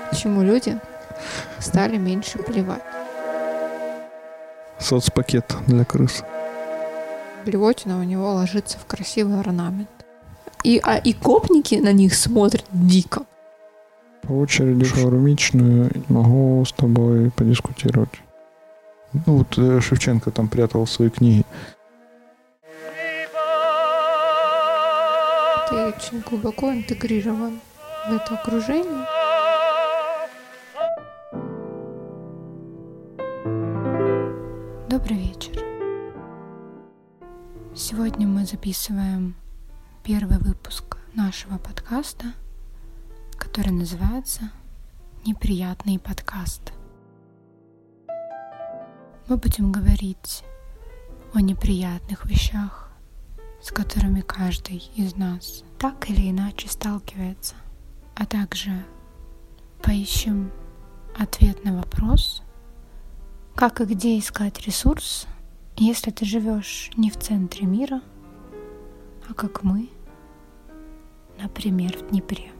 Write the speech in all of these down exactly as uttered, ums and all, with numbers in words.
Почему люди стали меньше плевать? Соцпакет для крыс. Блевотина у него ложится в красивый орнамент. И, а, и копники на них смотрят дико. По очереди шаурмичную могу с тобой подискутировать. Ну вот э, Шевченко там прятал свои книги. Ты очень глубоко интегрирован в это окружение. Добрый вечер. Сегодня мы записываем первый выпуск нашего подкаста, который называется «Неприятный подкаст». Мы будем говорить о неприятных вещах, с которыми каждый из нас так или иначе сталкивается, а также поищем ответ на вопрос, как и где искать ресурс, если ты живешь не в центре мира, а как мы, например, в Днепре.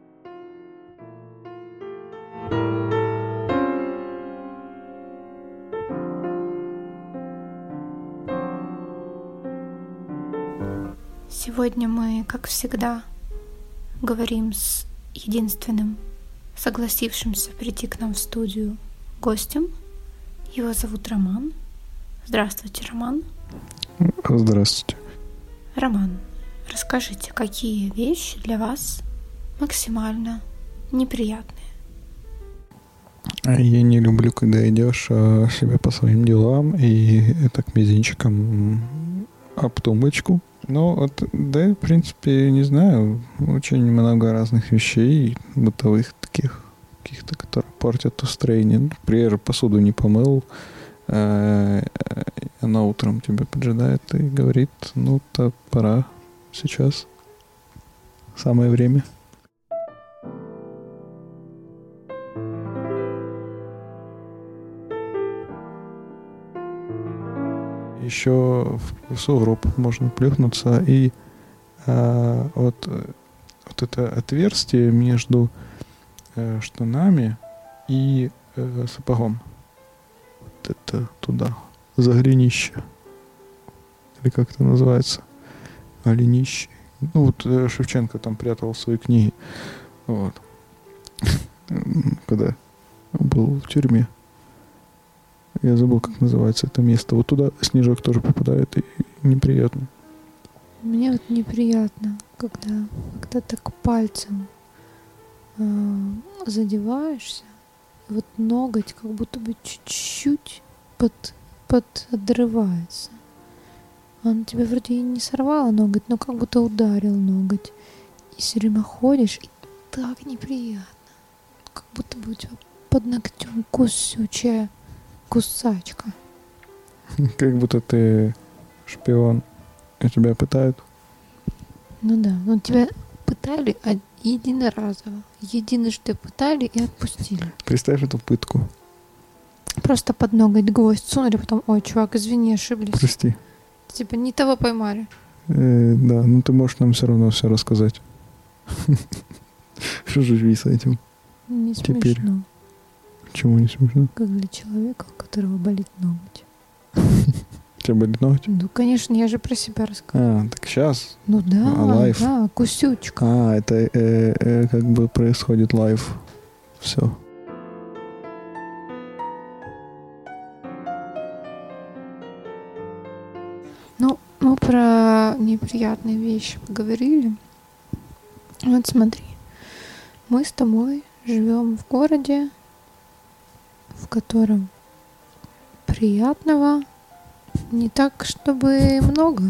Сегодня мы, как всегда, говорим с единственным согласившимся прийти к нам в студию гостем. Его зовут Роман. Здравствуйте, Роман. Здравствуйте. Роман, расскажите, какие вещи для вас максимально неприятные? Я не люблю, когда идешь а, себе по своим делам и так мизинчиком об тумбочку. Ну, вот, да, в принципе, не знаю, очень много разных вещей, бытовых таких, каких-то, которые портят настроение. Например, посуду не помыл, э, она утром тебя поджидает и говорит, ну-то пора сейчас, самое время. Еще в сугроб можно плюхнуться, и а, вот, вот это отверстие между э, штанами и э, сапогом, вот это туда, за голенище, или как это называется, голенище. Ну вот э, Шевченко там прятал свои книги, вот, когда был в тюрьме. Я забыл, как называется это место. Вот туда снежок тоже попадает, и неприятно. Мне вот неприятно, когда, когда так пальцем э, задеваешься, вот ноготь как будто бы чуть-чуть под, под отрывается. Он тебе вроде и не сорвало ноготь, но как будто ударил ноготь. И все время ходишь, и так неприятно. Как будто бы у тебя под ногтем кусючая кусачка. Как будто ты шпион, и тебя пытают. Ну да, ну тебя пытали единоразово. Единожды пытали и отпустили. Представь эту пытку. Просто под ноготь гвоздь сунули, потом, ой, чувак, извини, ошиблись. Прости. Типа не того поймали. Э, да, ну ты можешь нам все равно все рассказать. Что живи с этим? Не Теперь. смешно. Почему не смешно? Как для человека, у которого болит ноготь. У тебя болит ноготь? Ну, конечно, я же про себя рассказываю. А, так сейчас? Ну да, А, лайв. да, кусючка. А, это э, э, как бы происходит лайв. Все. Ну, мы про неприятные вещи поговорили. Вот смотри, мы с тобой живем в городе, в котором приятного не так, чтобы много.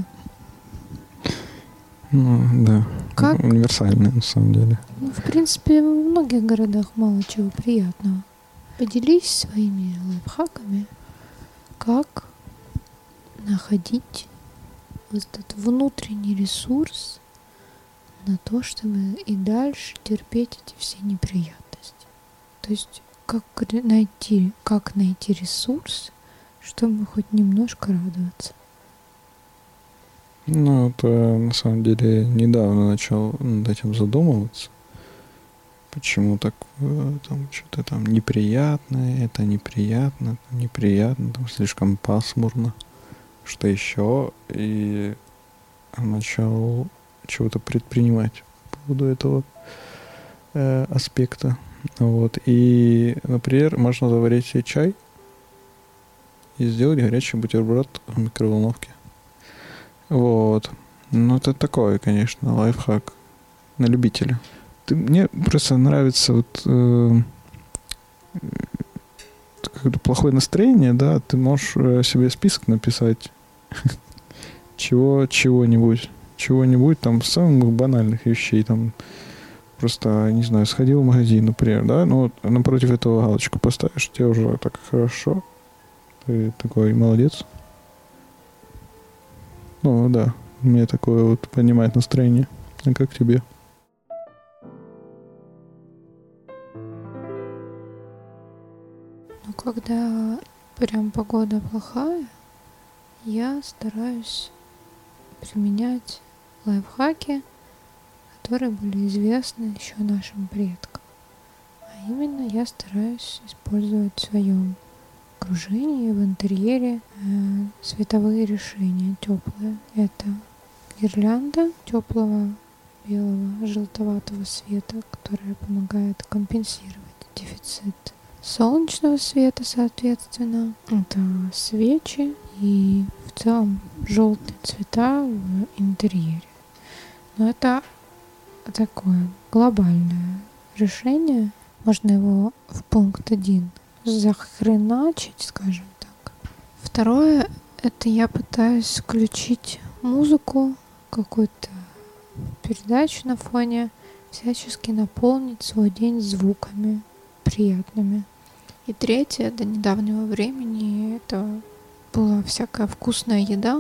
Ну, да. Как? Универсальное, на самом деле. Ну, в принципе, в многих городах мало чего приятного. Поделись своими лайфхаками, как находить вот этот внутренний ресурс на то, чтобы и дальше терпеть эти все неприятности. То есть как найти, как найти ресурс, чтобы хоть немножко радоваться. Ну, это на самом деле недавно начал над этим задумываться. почему так э, там что-то там неприятное, это неприятно, это неприятно, там слишком пасмурно, что еще, и начал чего-то предпринимать по поводу этого э, аспекта. Вот. И, например, можно заварить себе чай и сделать горячий бутерброд в микроволновке. Вот. Ну, это такое, конечно, лайфхак на любителя. Ты, мне просто нравится вот э, какое-то плохое настроение, да, ты можешь себе список написать чего, чего-нибудь, чего-нибудь, там, самых банальных вещей, там, просто, не знаю, сходил в магазин, например, да, ну, вот напротив этого галочку поставишь, тебе уже так хорошо, ты такой молодец. Ну, да, мне такое вот поднимает настроение. А как тебе? Ну, когда прям погода плохая, я стараюсь применять лайфхаки, которые были известны еще нашим предкам. А именно я стараюсь использовать в своем окружении, в интерьере э, световые решения теплые. Это гирлянда теплого белого желтоватого света, которая помогает компенсировать дефицит солнечного света, соответственно. Это свечи и в целом желтые цвета в интерьере. Но это такое глобальное решение. Можно его в пункт один захреначить, скажем так. Второе, это я пытаюсь включить музыку, какую-то передачу на фоне, всячески наполнить свой день звуками приятными. И третье, до недавнего времени, это была всякая вкусная еда.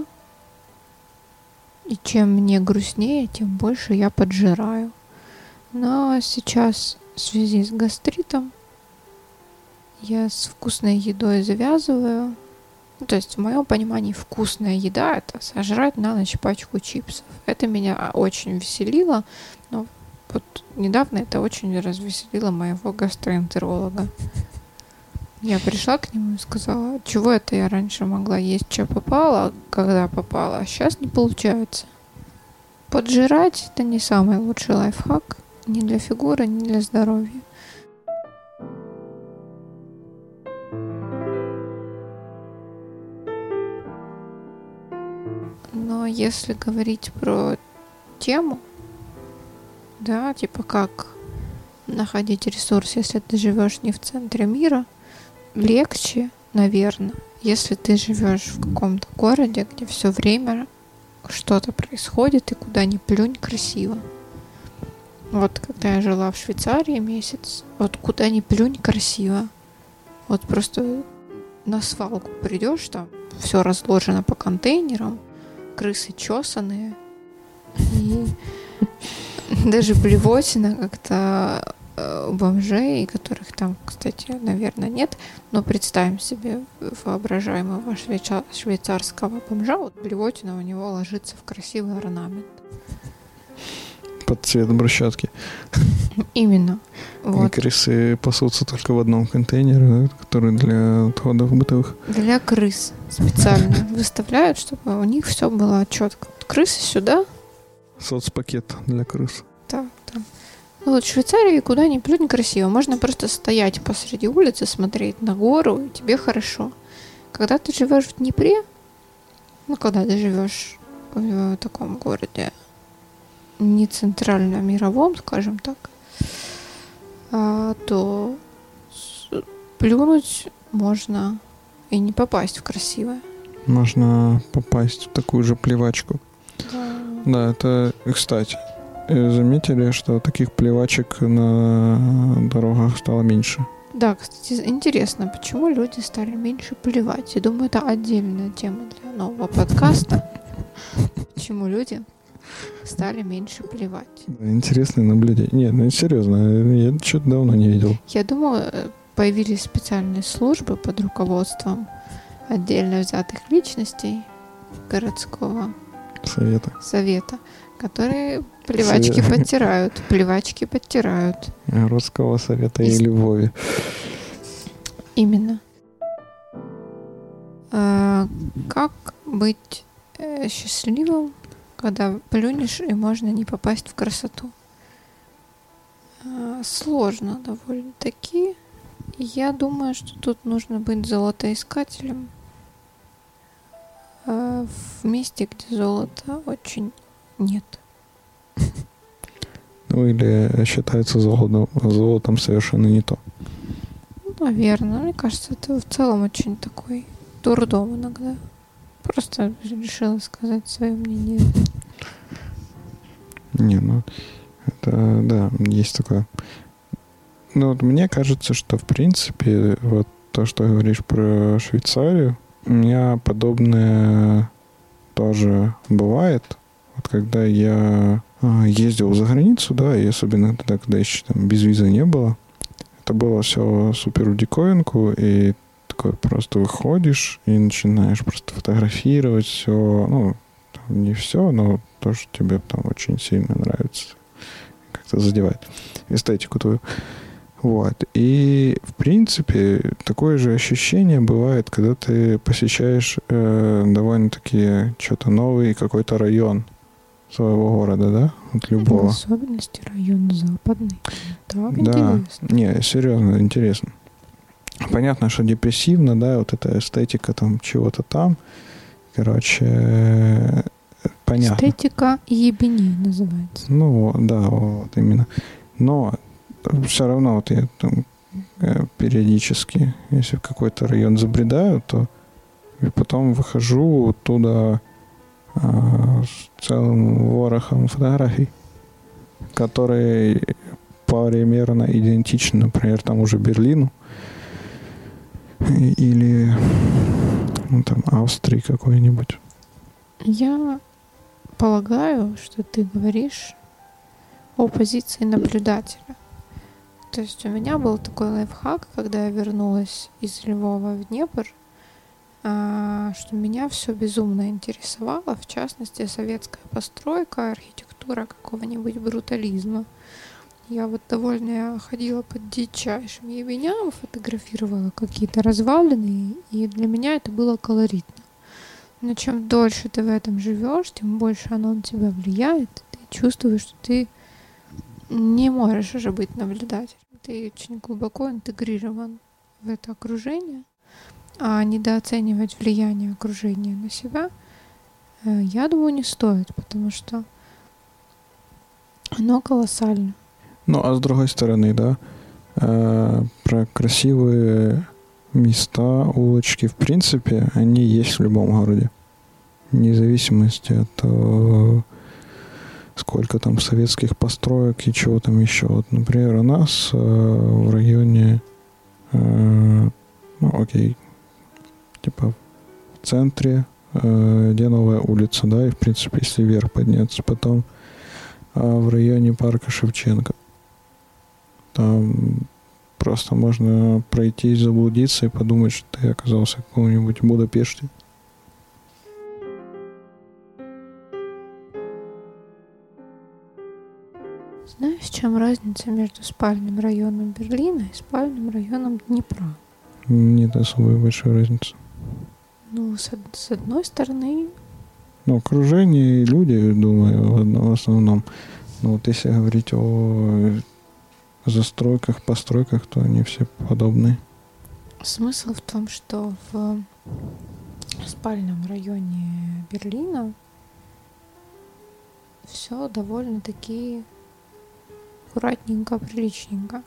И чем мне грустнее, тем больше я поджираю. Но сейчас в связи с гастритом я с вкусной едой завязываю. Ну, то есть в моем понимании вкусная еда — это сожрать на ночь пачку чипсов. Это меня очень веселило, но вот недавно это очень развеселило моего гастроэнтеролога. Я пришла к нему и сказала, чего это я раньше могла есть, что попало, когда попало, а сейчас не получается. Поджирать — это не самый лучший лайфхак ни для фигуры, ни для здоровья. Но если говорить про тему, да, типа как находить ресурс, если ты живешь не в центре мира, легче, наверное, если ты живешь в каком-то городе, где все время что-то происходит, и куда ни плюнь, красиво. Вот когда я жила в Швейцарии месяц, вот куда ни плюнь, красиво. Вот просто на свалку придешь, там все разложено по контейнерам, крысы чесаные, и даже блевотина как-то у бомжей, которых там, кстати, наверное, нет, но представим себе воображаемого швейца- швейцарского бомжа, вот блевотина у него ложится в красивый орнамент. Под цвет брусчатки. Именно. Вот. И крысы пасутся только в одном контейнере, да, который для отходов бытовых. Для крыс специально выставляют, чтобы у них все было четко. Крысы сюда. Соцпакет для крыс. Так, там. Ну вот в Швейцарии куда ни плюнь, красиво. Можно просто стоять посреди улицы, смотреть на гору, и тебе хорошо. Когда ты живешь в Днепре, ну когда ты живешь в таком городе, не центрально-мировом, скажем так, а, то плюнуть можно и не попасть в красивое. Можно попасть в такую же плевачку. Да, да это, кстати, заметили, что таких плевачек на дорогах стало меньше? Да, кстати, интересно, почему люди стали меньше плевать. Я думаю, это отдельная тема для нового подкаста. Почему люди стали меньше плевать. Интересное наблюдение. Нет, ну серьезно, я что-то давно не видел. Я думаю, появились специальные службы под руководством отдельно взятых личностей городского совета, совета которые плевачки Совет. подтирают, плевачки подтирают. Городского совета Из- и Львове. Именно. А, как быть э, счастливым, когда плюнешь и можно не попасть в красоту? А, сложно довольно-таки. Я думаю, что тут нужно быть золотоискателем а, в месте, где золота очень нет. Ну или считается золотом, золотом совершенно не то. Наверное. Мне кажется, это в целом очень такой дурдом иногда. Просто решила сказать свое мнение. Не, ну это да, есть такое. Ну вот мне кажется, что в принципе вот то, что говоришь про Швейцарию, у меня подобное тоже бывает. Вот когда я а, ездил за границу, да, и особенно тогда, когда еще там без визы не было, это было все супер в диковинку, и такой просто выходишь и начинаешь просто фотографировать все, ну, там не все, но то, что тебе там очень сильно нравится, как-то задевает эстетику твою. Вот. И, в принципе, такое же ощущение бывает, когда ты посещаешь э, довольно-таки что-то новый какой-то район своего города, да? Вот В любого. особенности район западный. Так Да, интересно. не, серьезно, интересно. Понятно, что депрессивно, да, вот эта эстетика там чего-то там. Короче, э, понятно. Эстетика ебеней называется. Ну, да, вот именно. Но все равно вот я там э, периодически, если в какой-то район забредаю, то и потом выхожу оттуда а, с целым ворохом фотографий, которые примерно идентичны, например, тому же Берлину или ну, там Австрии какой-нибудь. Я полагаю, что ты говоришь о позиции наблюдателя. То есть у меня был такой лайфхак, когда я вернулась из Львова в Днепр, а, что меня все безумно интересовало, в частности, советская постройка, архитектура какого-нибудь брутализма. Я вот довольно ходила под дичайшим ебеням, фотографировала какие-то развалины, и для меня это было колоритно. Но чем дольше ты в этом живешь, тем больше оно на тебя влияет. Ты чувствуешь, что ты не можешь уже быть наблюдателем. Ты очень глубоко интегрирован в это окружение, а недооценивать влияние окружения на себя, э, я думаю, не стоит, потому что оно колоссально. Ну, а с другой стороны, да, э, про красивые места, улочки, в принципе, они есть в любом городе. Вне зависимости от того, сколько там советских построек и чего там еще. Вот, например, у нас э, в районе, э, ну, окей, типа в центре, э, где новая улица, да, и, в принципе, если вверх подняться, потом э, в районе парка Шевченко. Там просто можно пройти, заблудиться и подумать, что ты оказался в каком-нибудь Будапеште. Знаешь, в чем разница между спальным районом Берлина и спальным районом Днепра? Нет особой большой разницы. Ну, с, од- с одной стороны, Ну, окружение и люди, думаю, в одно- в основном. Но вот если говорить о застройках, постройках, то они все подобные. смысл в том, что в спальном районе Берлина все довольно-таки аккуратненько, приличненько.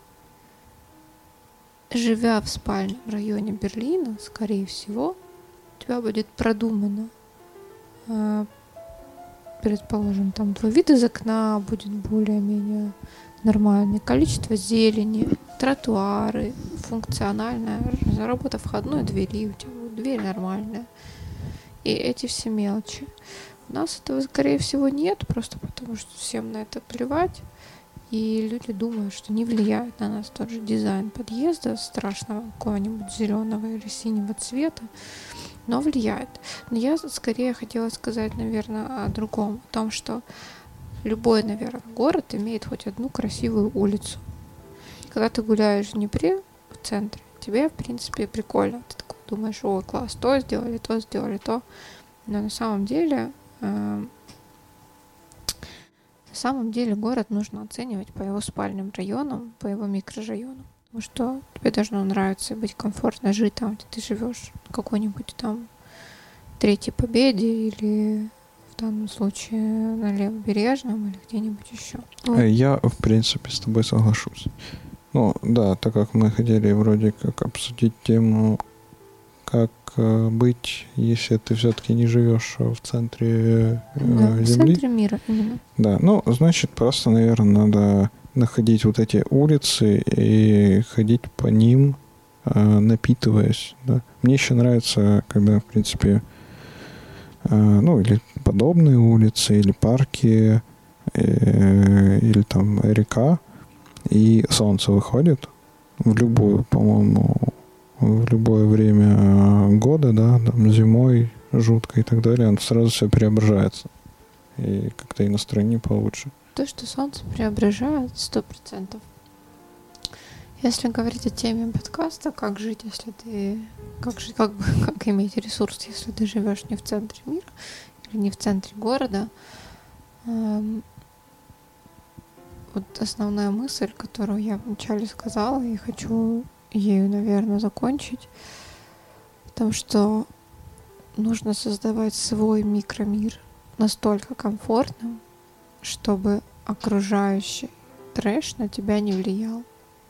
Живя в спальном районе Берлина, скорее всего, у тебя будет продумано, э, предположим, там твой вид из окна будет более-менее нормальный, количество зелени, тротуары, функциональная работа входной двери, у тебя будет дверь нормальная. И эти все мелочи. У нас этого, скорее всего, нет, просто потому что всем на это плевать. И люди думают, что не влияет на нас тот же дизайн подъезда страшного какого-нибудь зеленого или синего цвета, но влияет. Но я скорее хотела сказать, наверное, о другом, о том, что любой, наверное, город имеет хоть одну красивую улицу. И когда ты гуляешь в Днепре, в центре, тебе, в принципе, прикольно. Ты такой думаешь, о, класс, то сделали, то сделали, то. Но на самом деле, э, на самом деле город нужно оценивать по его спальным районам, по его микрорайонам. Потому что тебе должно нравиться и быть комфортно жить там, где ты живешь, в какой-нибудь там Третьей Победе или в данном случае на Левобережном или где-нибудь еще. Вот. Я, в принципе, с тобой соглашусь. Ну, да, так как мы хотели вроде как обсудить тему, как э, быть, если ты все-таки не живешь в центре э, Да, Земли. в центре мира именно. Да, ну, значит, просто, наверное, надо находить вот эти улицы и ходить по ним, э, напитываясь. Да. Мне еще нравится, когда, в принципе, э, ну, или подобные улицы, или парки, э, или там река, и солнце выходит в любую, по-моему, в любое время года, да, там зимой жутко и так далее, он сразу все преображается. И как-то и настроение получше. То, что солнце преображает, сто процентов. Если говорить о теме подкаста, как жить, если ты... Как жить, как, как иметь ресурс, если ты живешь не в центре мира или не в центре города, эм, вот основная мысль, которую я вначале сказала, и хочу ею, наверное, закончить, в том, что нужно создавать свой микромир настолько комфортным, чтобы окружающий трэш на тебя не влиял.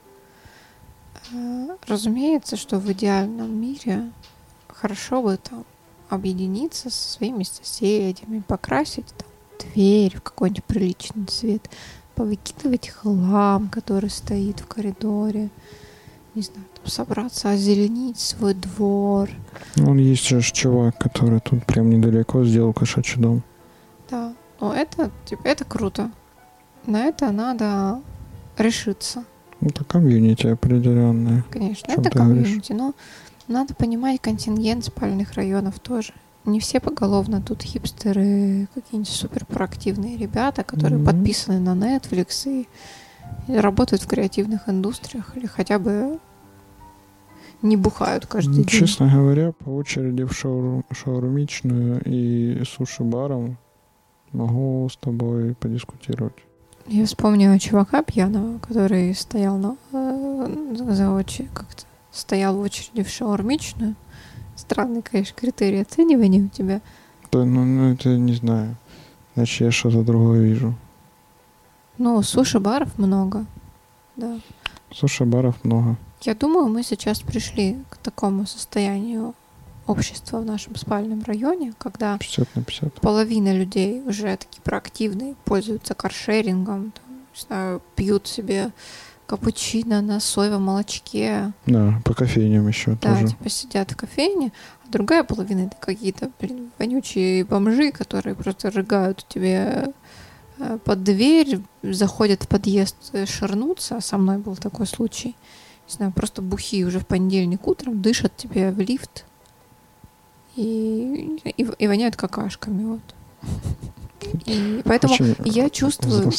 Разумеется, что в идеальном мире хорошо бы там объединиться со своими соседями, покрасить там дверь в какой-нибудь приличный цвет, повыкидывать хлам, который стоит в коридоре, не знаю, там, собраться, озеленить свой двор. Вон есть же чувак, который тут прям недалеко сделал кошачий дом. Да, но это, типа, это круто. На это надо решиться. Это комьюнити определенное. Конечно, это комьюнити, но надо понимать контингент спальных районов тоже. Не все поголовно тут хипстеры, какие-нибудь суперпроактивные ребята, которые mm-hmm. подписаны на Netflix и, и работают в креативных индустриях или хотя бы не бухают каждый день. Честно говоря, по очереди в шауру, шаурмичную и суши-баром могу с тобой подискутировать. Я вспомнила чувака пьяного, который стоял на, э, за очередь, как-то стоял в очереди в шаурмичную. Странный, конечно, критерий оценивания у тебя. Да, ну, ну это не знаю. Значит, я что-то другое вижу. Ну, суши-баров много, да. Суши-баров много. Я думаю, мы сейчас пришли к такому состоянию общества в нашем спальном районе, когда пятьдесят на пятьдесят. Половина людей уже такие проактивные, пользуются каршерингом, там, не знаю, пьют себе капучино на соевом молочке. Да, по кофейням еще да, тоже. Да, типа сидят в кофейне, а другая половина — это какие-то, блин, вонючие бомжи, которые просто рыгают тебе под дверь, заходят в подъезд ширнуться. Со мной был такой случай. Не знаю, просто бухие уже в понедельник утром дышат тебе в лифт и, и, и воняют какашками. Вот. И поэтому очень я чувствую...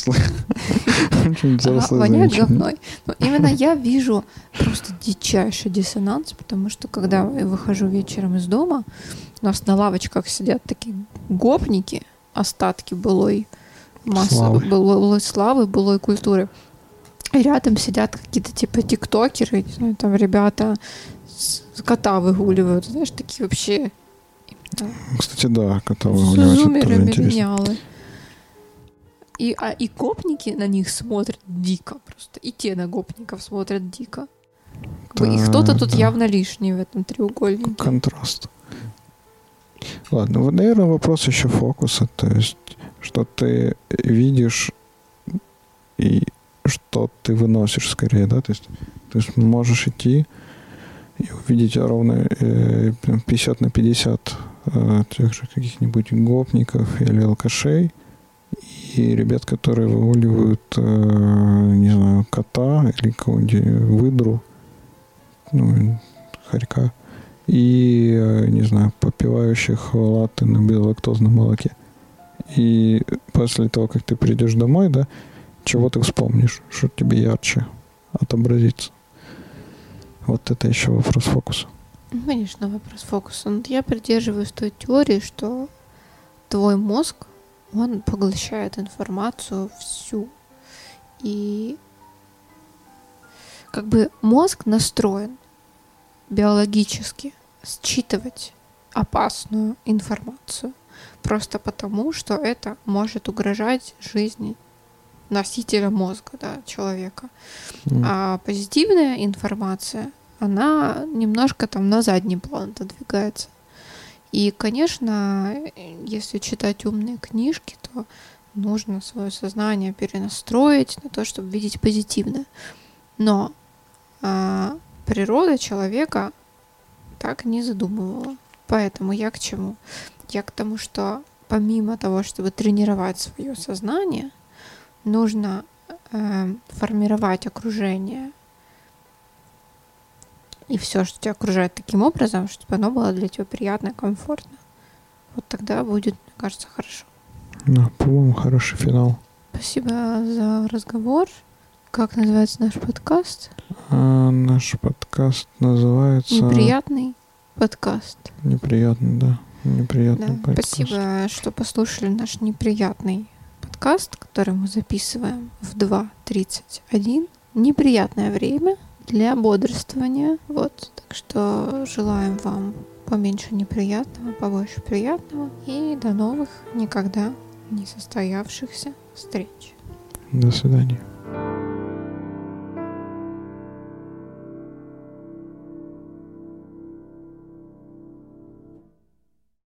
Воняют говной. Но именно я вижу просто дичайший диссонанс, потому что когда я выхожу вечером из дома, у нас на лавочках сидят такие гопники, остатки былой массы, славы. былой славы, былой культуры. И рядом сидят какие-то типа тиктокеры, не знаю, там ребята с кота выгуливают, знаешь, такие вообще... Да. Кстати, да, кота выгуливают. Зумеры, миллениалы. И, а, и гопники на них смотрят дико просто. И те на гопников смотрят дико. Да, и кто-то тут да. явно лишний в этом треугольнике. Контраст. Ладно, вот, наверное, вопрос еще фокуса. То есть, что ты видишь и что ты выносишь скорее, да? То есть, то есть можешь идти и увидеть ровно э, пятьдесят на пятьдесят э, тех же каких-нибудь гопников или алкашей и ребят, которые выгуливают, э, не знаю, кота или какого-нибудь выдру, ну, хорька, и, э, не знаю, попивающих латте на безлактозном молоке. и после того, как ты придешь домой, да, чего ты вспомнишь, что тебе ярче отобразится. Вот это еще вопрос фокуса. Конечно, вопрос фокуса. Но я придерживаюсь той теории, что твой мозг, он поглощает информацию всю. И как бы мозг настроен биологически считывать опасную информацию. Просто потому, что это может угрожать жизни носителя мозга, да, человека. Mm. А позитивная информация, она немножко там на задний план отодвигается. И, конечно, если читать умные книжки, то нужно свое сознание перенастроить на то, чтобы видеть позитивное. Но а, природа человека так не задумывала. Поэтому я к чему? Я к тому, что помимо того, чтобы тренировать свое сознание, нужно э, формировать окружение и все, что тебя окружает, таким образом, чтобы оно было для тебя приятно и комфортно. Вот тогда будет, мне кажется, хорошо. Да, по-моему, хороший финал. Спасибо за разговор. Как называется наш подкаст? А, наш подкаст называется... Неприятный подкаст. Неприятный, да. Неприятный да. подкаст. Спасибо, что послушали наш неприятный подкаст, который мы записываем в два тридцать один. Неприятное время для бодрствования. Вот. Так что желаем вам поменьше неприятного, побольше приятного. И до новых, никогда не состоявшихся встреч. До свидания.